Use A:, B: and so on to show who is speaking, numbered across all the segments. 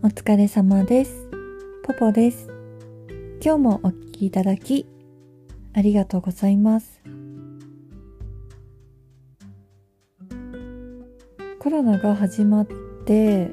A: お疲れ様です。ポポです。今日もお聞きいただきありがとうございます。コロナが始まって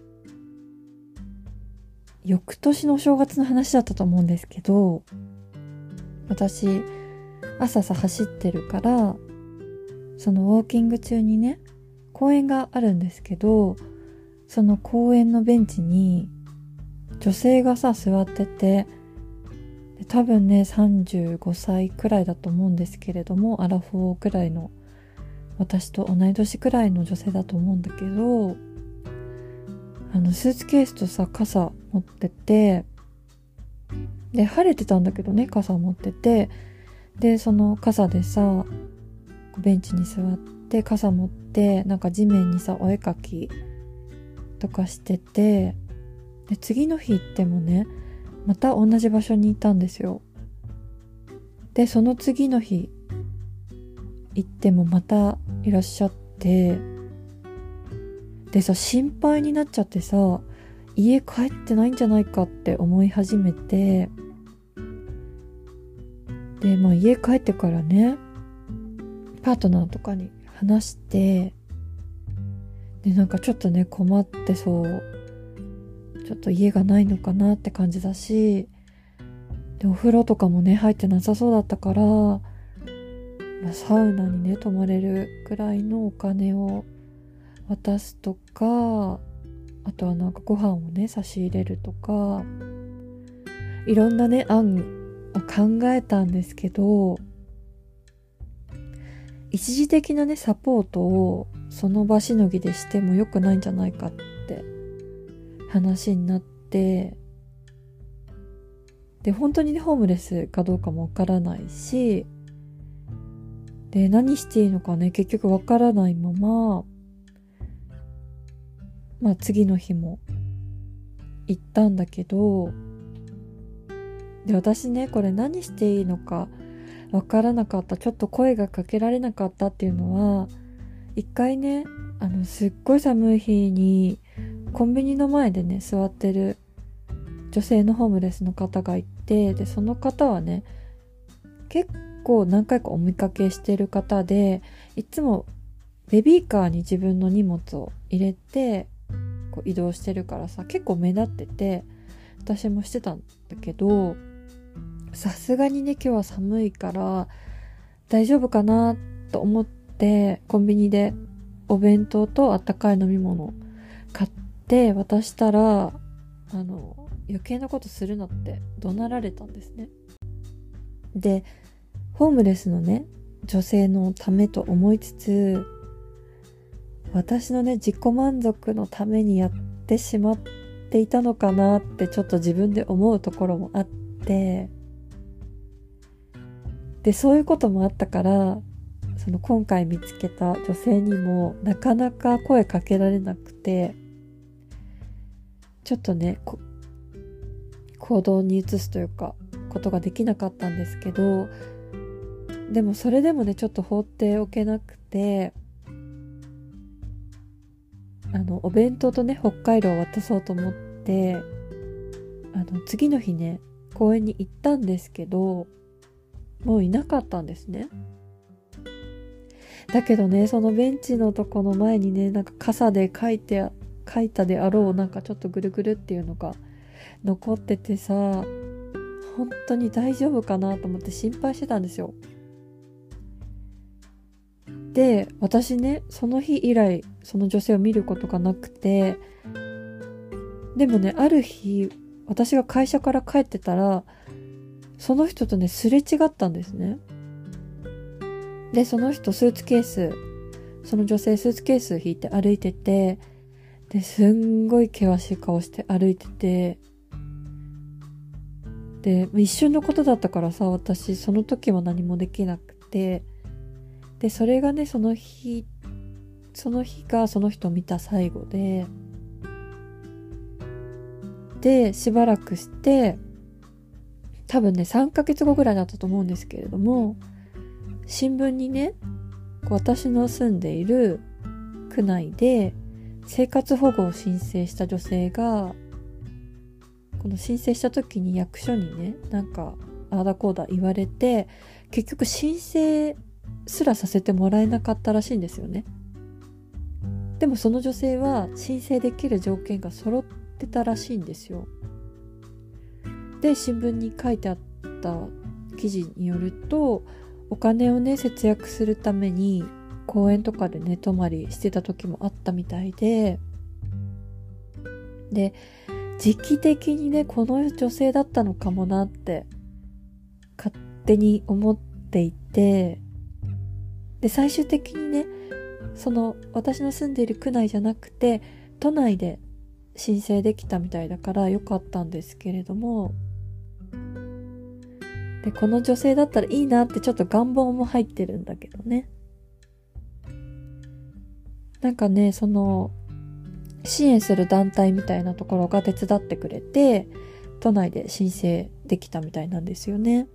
A: 翌年のお正月の話だったと思うんですけど、私朝走ってるから、そのウォーキング中にね、公園があるんですけど、その公園のベンチに女性が座ってて、多分ね35歳くらいだと思うんですけれども、アラフォーくらいの、私と同い年くらいの女性だと思うんだけど、スーツケースと傘持ってて、で晴れてたんだけどね、傘持ってて、でその傘でベンチに座って傘持って、地面にお絵描きとかしてて、で次の日行ってもね、また同じ場所にいたんですよ。でその次の日行ってもまたいらっしゃって、で心配になっちゃって家帰ってないんじゃないかって思い始めて、で家帰ってからね、パートナーとかに話して、でちょっとね困って、ちょっと家がないのかなって感じだし、でお風呂とかもね入ってなさそうだったから、サウナにね泊まれるくらいのお金を渡すとか、あとはご飯をね差し入れるとか、いろんなね案を考えたんですけど、一時的なねサポートをその場しのぎでしても良くないんじゃないかって話になって、で本当にねホームレスかどうかもわからないし、で何していいのかね結局わからないまま、次の日も行ったんだけど、で私ねこれ何していいのかわからなかった、ちょっと声がかけられなかったっていうのは、一回ねすっごい寒い日にコンビニの前でね座ってる女性のホームレスの方がいて、でその方はね結構何回かお見かけしてる方で、いつもベビーカーに自分の荷物を入れて移動してるから結構目立ってて、私もしてたんだけど、さすがにね今日は寒いから大丈夫かなと思ってコンビニでお弁当とあったかい飲み物買って渡したら、余計なことするなって怒鳴られたんですね。でホームレスのね女性のためと思いつつ、私のね自己満足のためにやってしまっていたのかなってちょっと自分で思うところもあって、でそういうこともあったから、今回見つけた女性にもなかなか声かけられなくて、ちょっとね行動に移すというかことができなかったんですけど、でもそれでもねちょっと放っておけなくて、お弁当とね北海道を渡そうと思って、次の日ね公園に行ったんですけど、もういなかったんですね。だけどねそのベンチのとこの前にね傘で書いたであろうちょっとぐるぐるっていうのが残ってて本当に大丈夫かなと思って心配してたんですよ。で私ねその日以来その女性を見ることがなくて、でもねある日私が会社から帰ってたらその人とねすれ違ったんですね。でその人その女性スーツケース引いて歩いてて、ですんごい険しい顔して歩いてて、で一瞬のことだったから私その時は何もできなくて、でそれがねその日がその人を見た最後でしばらくして多分ね3ヶ月後ぐらいだったと思うんですけれども、新聞にね私の住んでいる区内で生活保護を申請した女性がこの申請した時に役所にね、なんかああだこうだ言われて、結局申請すらさせてもらえなかったらしいんですよね。でもその女性は申請できる条件が揃ってたらしいんですよ。で、新聞に書いてあった記事によると、お金をね節約するために公園とかで寝泊まりしてた時もあったみたいで、時期的にねこの女性だったのかもなって勝手に思っていて、で最終的にねその私の住んでいる区内じゃなくて都内で申請できたみたいだから良かったんですけれども、でこの女性だったらいいなってちょっと願望も入ってるんだけどね。なんかね、その支援する団体みたいなところが手伝ってくれて都内で申請できたみたいなんですよね。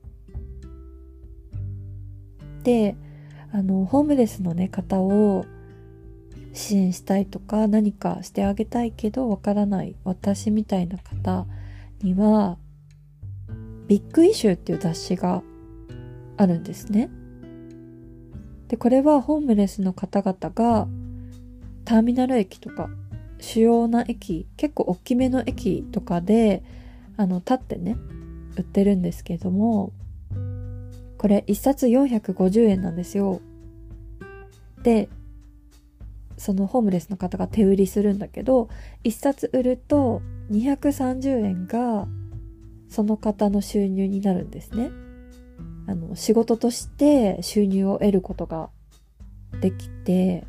A: で、ホームレスのね方を支援したいとか何かしてあげたいけどわからない私みたいな方にはビッグイシューっていう雑誌があるんですね。でこれはホームレスの方々がターミナル駅とか主要な駅、結構大きめの駅とかで立ってね売ってるんですけれども、これ1冊450円なんですよ。でそのホームレスの方が手売りするんだけど、1冊売ると230円がその方の収入になるんですね。仕事として収入を得ることができて、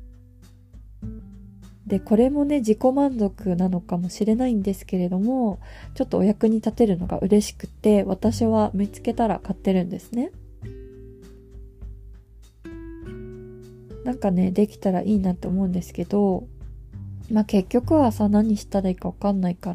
A: でこれもね自己満足なのかもしれないんですけれども、ちょっとお役に立てるのが嬉しくて私は見つけたら買ってるんですね。なんかねできたらいいなって思うんですけど、結局はさ何したらいいか分かんないから。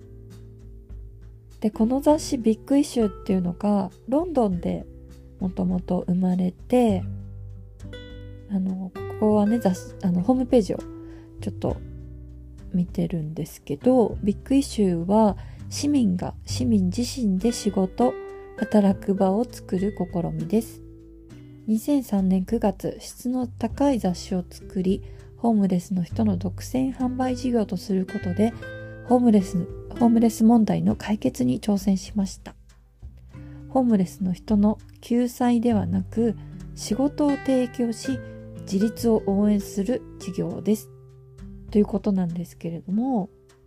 A: でこの雑誌ビッグイシューっていうのがロンドンでもともと生まれて、ここはねホームページをちょっと見てるんですけど、ビッグイシューは市民が市民自身で仕事働く場を作る試みです。2003年9月質の高い雑誌を作り、ホームレスの人の独占販売事業とすることでホームレス問題の解決に挑戦しました。ホームレスの人の救済ではなく仕事を提供し自立を応援する事業ですということなんですけれども、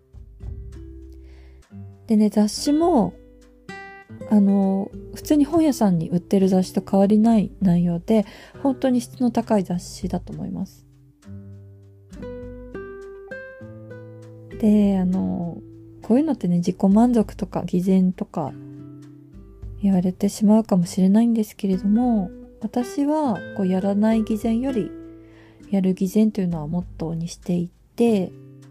A: でね雑誌も普通に本屋さんに売ってる雑誌と変わりない内容で本当に質の高い雑誌だと思います。でこういうのってね自己満足とか偽善とか言われてしまうかもしれないんですけれども、私はこうやらない偽善よりやる偽善というのはモットーにしていて、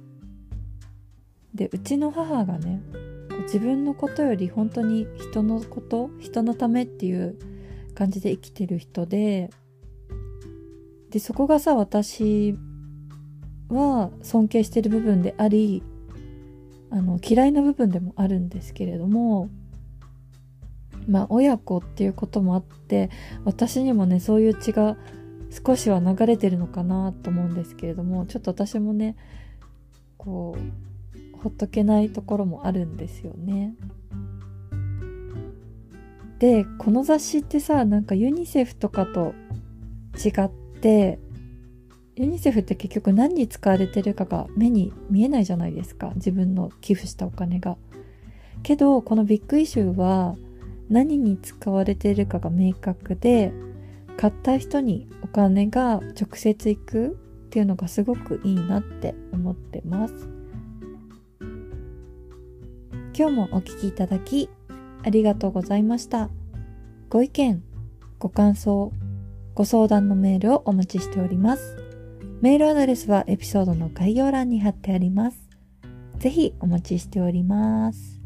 A: でうちの母がね自分のことより本当に人のこと人のためっていう感じで生きてる人でそこがさ私は尊敬してる部分であり嫌いな部分でもあるんですけれども、親子っていうこともあって私にもねそういう血が少しは流れてるのかなと思うんですけれども、ちょっと私もねこうほっとけないところもあるんですよね。でこの雑誌ってさなんかユニセフとかと違って、ユニセフって結局何に使われてるかが目に見えないじゃないですか、自分の寄付したお金が。けどこのビッグイシューは何に使われているかが明確で、買った人にお金が直接行くっていうのがすごくいいなって思ってます。今日もお聞きいただきありがとうございました。ご意見、ご感想、ご相談のメールをお待ちしております。メールアドレスはエピソードの概要欄に貼ってあります。ぜひお待ちしております。